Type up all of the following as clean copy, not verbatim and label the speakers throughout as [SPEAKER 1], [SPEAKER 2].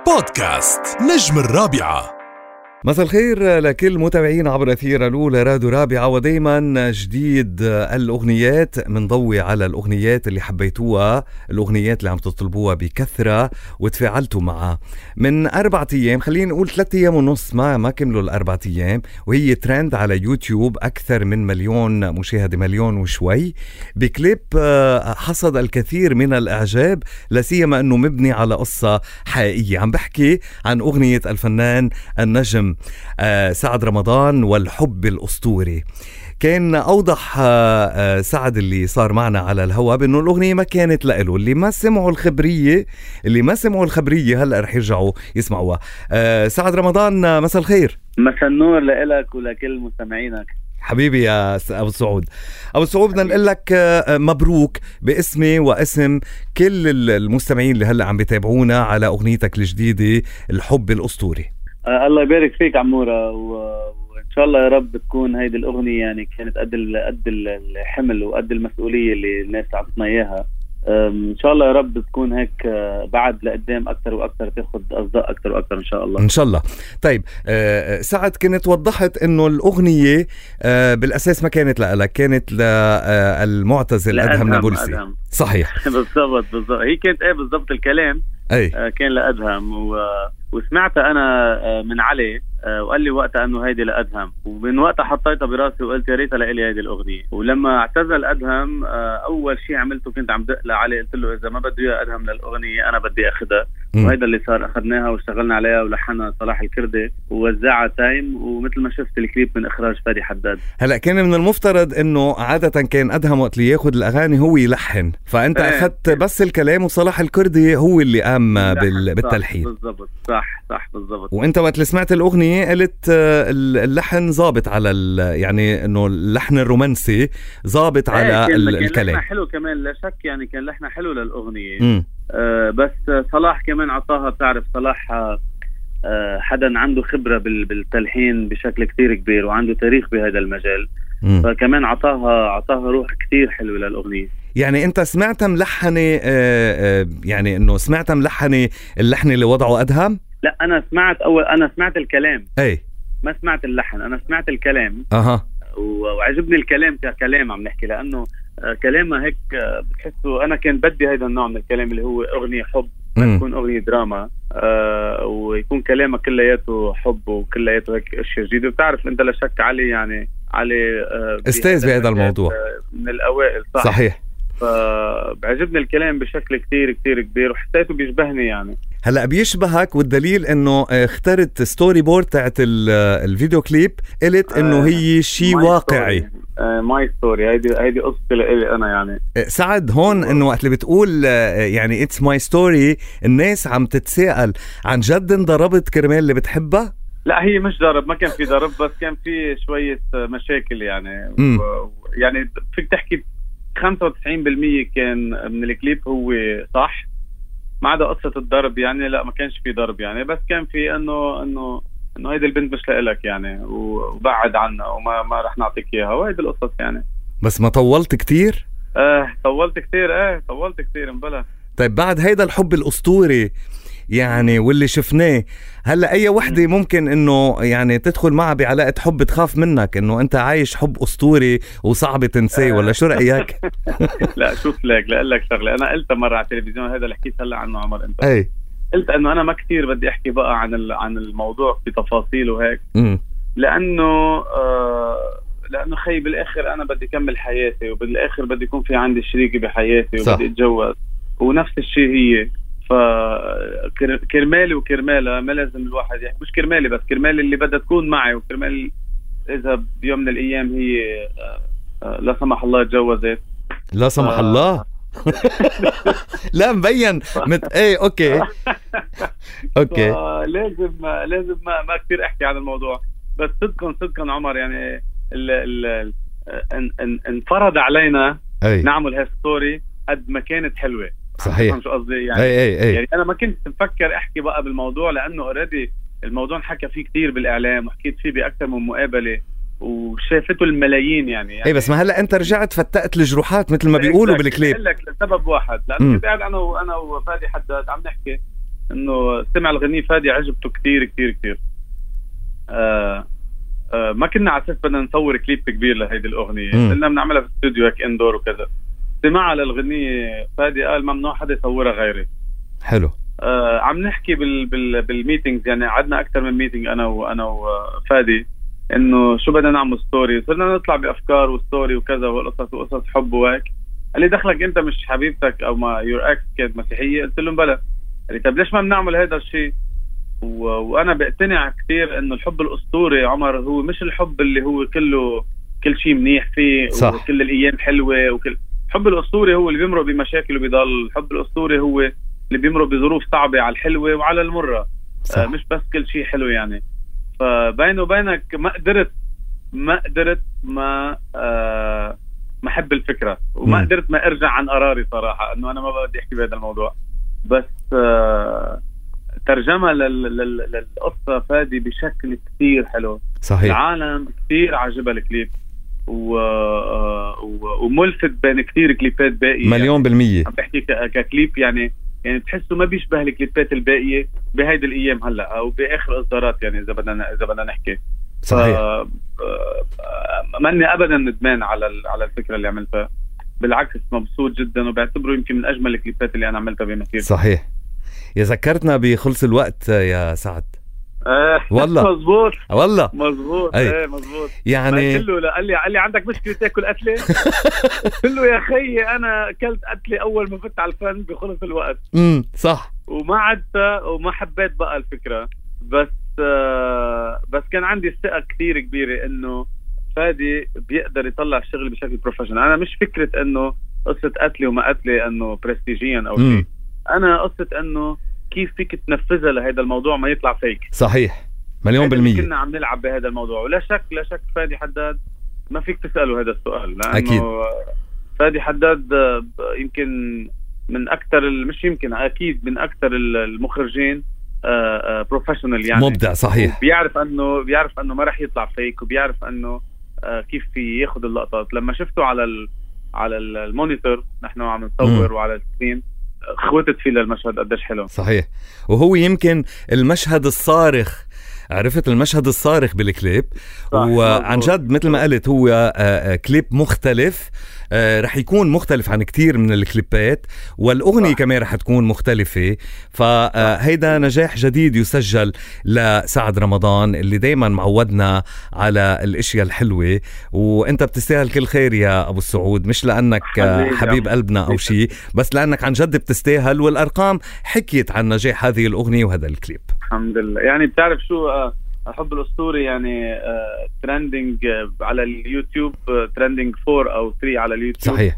[SPEAKER 1] بودكاست نجم الرابعة.
[SPEAKER 2] مساء الخير لكل متابعين عبر أثير الأولى راديو رابعة، ودايما جديد الأغنيات منضوي على الأغنيات اللي حبيتوها، الأغنيات اللي عم تطلبوها بكثرة وتفاعلتوا معها. من 4 أيام، خلينا نقول 3 أيام ونص، ما كملوا ال4 أيام، وهي ترند على يوتيوب أكثر من 1,000,000 مشاهدة، 1,000,000 وشوي، بكليب حصد الكثير من الإعجاب، لاسيما أنه مبني على قصة حقيقية. عم بحكي عن أغنية الفنان النجم سعد رمضان والحب الأسطوري. كان أوضح سعد اللي صار معنا على الهواء بأنه الأغنية ما كانت لإله. اللي ما سمعوا الخبرية هلأ رح يرجعوا يسمعوها. سعد رمضان، مساء الخير.
[SPEAKER 3] مساء النور لإلك ولكل مستمعينك
[SPEAKER 2] حبيبي يا أبو سعود. بدنا نقول لك مبروك باسمي واسم كل المستمعين اللي هلأ عم بيتابعونا على أغنيتك الجديدة الحب الأسطوري.
[SPEAKER 3] الله يبارك فيك عمورة، وإن شاء الله يا رب تكون هيدي الأغنية يعني كانت قد الحمل وقد المسؤولية اللي الناس عطتنا إياها. إن شاء الله يا رب تكون هيك بعد لقدام أكتر وأكتر، تاخد أصداء أكتر وأكتر إن شاء الله.
[SPEAKER 2] إن شاء الله. طيب سعد، كنت وضحت إنه الأغنية بالأساس ما كانت لك، كانت للمعتزل أدهم نابلسي. صحيح.
[SPEAKER 3] بالضبط هي كانت بالضبط الكلام كان لأدهم، وسمعتها أنا من علي وقال لي وقتها أنه هيدي لأدهم، ومن وقتها حطيتها براسي وقلت يا ريتها لإلي هيدي الأغنية. ولما اعتزل أدهم أول شيء عملته كنت عم دق لعلي، قلت له إذا ما بدي إياها أدهم للأغنية أنا بدي أخذها. وهيدا اللي صار، أخذناها واشتغلنا عليها ولحنها صلاح الكردي ووزعها تايم، ومثل ما شفت الكليب من إخراج فادي حداد.
[SPEAKER 2] هلأ كان من المفترض أنه عادة كان أدهم وقت اللي ياخد الأغاني هو يلحن، فأنت أخذت بس الكلام وصلاح الكردي هو اللي قام بالتلحين.
[SPEAKER 3] بالضبط. صح بالضبط.
[SPEAKER 2] وانت وقت اللي سمعت الاغنيه قلت اللحن ضابط على يعني انه اللحن الرومانسي ضابط على الكلام.
[SPEAKER 3] كان لحن حلو كمان، لا شك، يعني كان لحن حلو للاغنيه. بس صلاح كمان عطاها، بتعرف صلاح حدا عنده خبره بالتلحين بشكل كتير كبير وعنده تاريخ بهذا المجال. فكمان عطاها روح كتير حلوه للاغنيه. يعني
[SPEAKER 2] انت سمعتها ملحنه، يعني انه سمعتها ملحنه اللحن اللي وضعه أدهم؟
[SPEAKER 3] لا، انا سمعت الكلام. ما سمعت اللحن، انا سمعت الكلام. وعجبني الكلام ككلام عم نحكي، لانه كلامها هيك بتحسه. انا كان بدي هيدا النوع من الكلام اللي هو اغنيه حب، ما تكون اغنيه دراما، ويكون كلامها كلياته حب وكلياته هيك اشياء جديده. بتعرف انت لا شك علي
[SPEAKER 2] استاذ بهذا الموضوع
[SPEAKER 3] من الاوائل. صحيح. فبعجبني الكلام بشكل كتير كتير كبير، وحسيته بيشبهني. يعني
[SPEAKER 2] هلأ بيشبهك، والدليل انه اخترت ستوري بورد تاعت الفيديو كليب، قلت انه هي شيء واقعي.
[SPEAKER 3] ماي ستوري، هيدي قصتي لإلي انا. يعني
[SPEAKER 2] سعد، هون انه وقت اللي بتقول يعني اتس ماي ستوري، الناس عم تتساءل عن جد انضربت كرمال اللي بتحبها؟
[SPEAKER 3] لا، هي مش ضرب، ما كان في ضرب، بس كان في شوية مشاكل. يعني يعني فيك تحكي 95% كان من الكليب هو صح، ما عدا قصة الضرب. يعني لا، ما كانش في ضرب، يعني بس كان في انه هيدي البنت مش لإلك يعني، وبعد عنها وما رح نعطيك اياها، وهيدي القصص يعني. بس
[SPEAKER 2] ما طولت كتير؟
[SPEAKER 3] طولت كتير مبلا.
[SPEAKER 2] طيب بعد هيدا الحب الأسطوري يعني واللي شفناه هلا، اي وحده ممكن انه يعني تدخل معها بعلاقه حب تخاف منك انه انت عايش حب اسطوري وصعب تنساه، ولا شو رايك؟
[SPEAKER 3] لا، شوف لك شغله، انا قلت مره على التلفزيون، هذا اللي حكيت هلا عنه عمر انت. قلت انه انا ما كتير بدي احكي بقى عن الموضوع بتفاصيل وهيك، لانه خي بالاخر انا بدي اكمل حياتي، وبالاخر بدي يكون في عندي شريكي بحياتي، وبدي اتجوز، ونفس الشيء هي. كرمالي وكرمالها ما لازم الواحد، يعني مش كرمالي بس، كرمالي اللي بدها تكون معي، وكرمال إذا بيوم من الأيام هي لا سمح الله تجوزت.
[SPEAKER 2] لا سمح الله. لا مبين اوكي.
[SPEAKER 3] لازم ما كتير احكي عن الموضوع، بس صدقا عمر، يعني انفرض علينا نعمل هالستوري قد ما كانت حلوة.
[SPEAKER 2] صحيح.
[SPEAKER 3] شو قصدي يعني؟ يعني انا ما كنت مفكر احكي بقى بالموضوع، لانه اوريدي الموضوع انحكى فيه كتير بالاعلام، وحكيت فيه باكثر من مقابله، وشافته الملايين. يعني
[SPEAKER 2] بس ما هلا انت رجعت فتقت الجروحات مثل ما بيقولوا بالكليب.
[SPEAKER 3] لك لسبب واحد، لانه كنت قاعد انا وفادي حداد عم نحكي انه سمع الغنية فادي عجبته كتير كتير كتير. ما كنا على اساس بدنا نصور كليب كبير لهيدي الاغنيه، قلنا بنعملها في الاستوديو هيك اندور وكذا. سمع للغنية فادي قال ممنوع حدا يصورها غيري.
[SPEAKER 2] حلو.
[SPEAKER 3] عم نحكي بالميتينجز، يعني عدنا اكثر من ميتينج انا وفادي انه شو بدنا نعمل ستوري، صرنا نطلع بافكار وستوري وكذا وقصص وقصص حب وهيك. قال لي دخلك انت مش حبيبتك او ما يور اكس كانت مسيحيه؟ قلت لهم بلا. قال لي طب ليش ما بنعمل هذا الشيء؟ وانا بقتنع كثير انه الحب الاسطوري عمر هو مش الحب اللي هو كل شيء منيح فيه صح. وكل الايام حلوه وكل الحب الاسطوري هو اللي بيمرق بمشاكل وبيضل. الحب الاسطوري هو اللي بيمرق بظروف صعبه على الحلوه وعلى المره مش بس كل شيء حلو يعني. فبيني وبينك ما قدرت ما احب الفكره، وما قدرت ما ارجع عن قراري صراحه انه انا ما بدي احكي بهذا الموضوع. بس ترجمة للقصة فادي بشكل كتير حلو. صحيح. العالم كتير عجبها الكليب وملفت بين كتير كليبات باقية.
[SPEAKER 2] مليون بالمية.
[SPEAKER 3] عم بحكي ككليب يعني تحسه ما بيشبه الكليبات الباقية بهيدي الأيام هلأ أو بآخر إصدارات يعني إذا بدنا نحكي.
[SPEAKER 2] صحيح.
[SPEAKER 3] ماني أبدا ندمان على الفكرة اللي عملتها، بالعكس مبسوط جدا وبعتبره يمكن من أجمل الكليبات اللي أنا عملتها بمسيرتي.
[SPEAKER 2] صحيح. يذكرتنا بخلص الوقت يا سعد.
[SPEAKER 3] والله مزبوط
[SPEAKER 2] والله
[SPEAKER 3] مزبوط. مزبوط
[SPEAKER 2] يعني
[SPEAKER 3] قال لي عندك مشكلة تاكل قتلة؟ قلت له يا خيي أنا أكلت قتلة أول ما فت على الفن بخلص الوقت.
[SPEAKER 2] صح.
[SPEAKER 3] وما عدت وما حبيت بقى الفكرة، بس كان عندي الثقة كثير كبيرة إنه فادي بيقدر يطلع الشغل بشكل بروفيشنال. أنا مش فكرة إنه قصة قتلة وما قتلة إنه برستيجيا أو شيء، أنا قصة أنه كيف فيك تنفذها لهذا الموضوع ما يطلع فيك.
[SPEAKER 2] صحيح مليون بالمية.
[SPEAKER 3] كنا عم نلعب بهذا الموضوع ولا شك فادي حداد ما فيك تسأله هذا السؤال لأنه أكيد. فادي حداد يمكن من أكثر مش يمكن أكيد من أكثر المخرجين بروفيشنال يعني
[SPEAKER 2] مبدع. صحيح.
[SPEAKER 3] بيعرف أنه ما رح يطلع فيك وبيعرف أنه كيف في ياخد اللقطات. لما شفته على المونيتور نحن عم نصور وعلى السكرين خوتت فيه للمشهد قديش حلو.
[SPEAKER 2] صحيح. وهو يمكن المشهد الصارخ، عرفت المشهد الصارخ بالكليب. وعن جد مثل ما قلت هو كليب مختلف، رح يكون مختلف عن كتير من الكليبات، والأغنية كمان رح تكون مختلفة. فهيدا نجاح جديد يسجل لسعد رمضان اللي دايما معودنا على الاشياء الحلوة. وانت بتستاهل كل خير يا ابو السعود، مش لانك حبيب قلبنا او شيء، بس لانك عن جد بتستاهل. والارقام حكيت عن نجاح هذه الأغنية وهذا الكليب.
[SPEAKER 3] الحمد لله. يعني بتعرف شو الحب الأسطوري يعني ترندنج على اليوتيوب، ترندنج 4 أو 3 على اليوتيوب.
[SPEAKER 2] صحيح.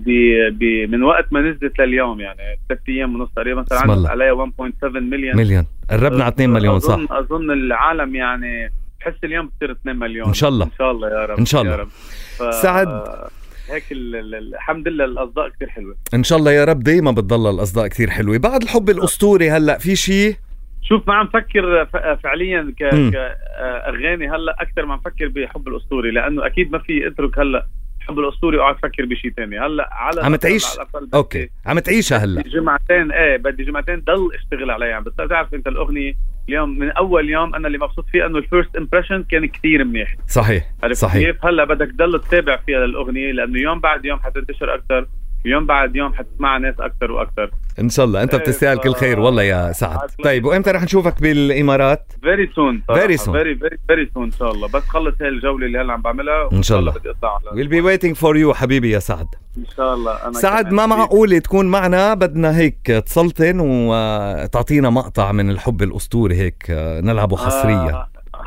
[SPEAKER 3] من وقت ما نزلت لليوم يعني 3 أيام ونص تقريبا صار عندنا عليها 1.7 مليون.
[SPEAKER 2] قربنا على 2 مليون. صح.
[SPEAKER 3] أظن العالم يعني بحس اليوم بتصير 2 مليون
[SPEAKER 2] إن شاء الله.
[SPEAKER 3] إن شاء الله يا رب.
[SPEAKER 2] إن شاء الله. سعد
[SPEAKER 3] هيك الحمد لله الأصداء كتير حلوة إن
[SPEAKER 2] شاء الله يا رب. دايما بتضل الأصداء كتير حلوة. بعد الحب الأسطوري هلأ في شيء
[SPEAKER 3] شوف ما عم فكر فعليا كأغاني هلا اكثر ما نفكر بحب الاسطوري، لانه اكيد ما في اترك هلا حب الاسطوري وقاعد افكر بشيء تاني. هلا على
[SPEAKER 2] عم تعيش اوكي عم تعيشها هلا
[SPEAKER 3] جمعتين. بدي جمعتين ضل اشتغل عليها يعني. بس تعرف انت الاغنيه اليوم من اول يوم انا اللي مبسوط فيه انه الفيرست امبريشن كان كتير منيح.
[SPEAKER 2] صحيح.
[SPEAKER 3] هلا بدك تضل تتابع فيها الاغنيه لانه يوم بعد يوم حتنتشر اكثر، يوم بعد يوم حتسمع ناس أكتر وأكتر
[SPEAKER 2] إن شاء الله. أنت بتستاهل كل خير والله يا سعد. طيب وإمتى رح نشوفك بالإمارات؟
[SPEAKER 3] very soon
[SPEAKER 2] very soon
[SPEAKER 3] إن شاء الله. بس خلص هاي الجولة اللي هلا عم بعملها
[SPEAKER 2] إن شاء الله
[SPEAKER 3] بدي أطلع
[SPEAKER 2] we'll be waiting for you حبيبي يا سعد.
[SPEAKER 3] إن شاء الله. أنا
[SPEAKER 2] سعد ما معقول تكون معنا، بدنا هيك تسلطن وتعطينا مقطع من الحب الأسطوري هيك نلعبه حصريا.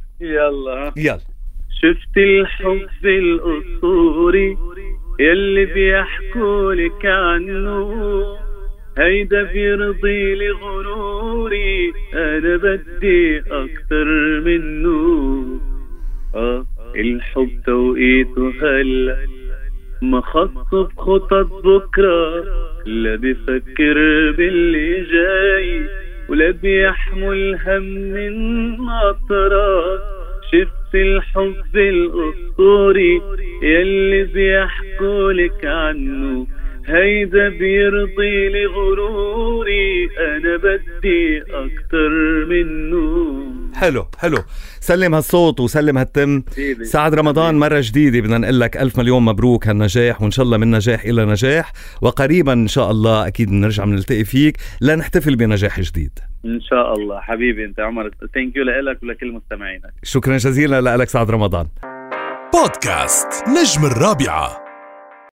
[SPEAKER 2] يلا.
[SPEAKER 3] شفت الحب الأسطوري يلي بيحكوا لك عنه، هيدا بيرضي لي غروري، انا بدي اكتر منه. الحب توقيته هلا ما خص بخطط بكره، لا بيفكر باللي جاي ولا بيحمل هم من مطرات. شفت الحب الأسطوري يلي بيحكوا لك عنه، هيدا بيرضي لي غروري، أنا بدي أكتر منه.
[SPEAKER 2] حلو سلم هالصوت وسلم هالتم. سعد رمضان مرة جديدة بدنا نقول لك ألف مليون مبروك هالنجاح، وإن شاء الله من نجاح إلى نجاح، وقريبا إن شاء الله أكيد نرجع نلتقي فيك لنحتفل بنجاح جديد
[SPEAKER 3] إن شاء الله. حبيبي أنت عمر، ثانك يو لك ولكل مستمعينك.
[SPEAKER 2] شكرا جزيلا لك سعد رمضان.
[SPEAKER 1] بودكاست نجم الرابعة.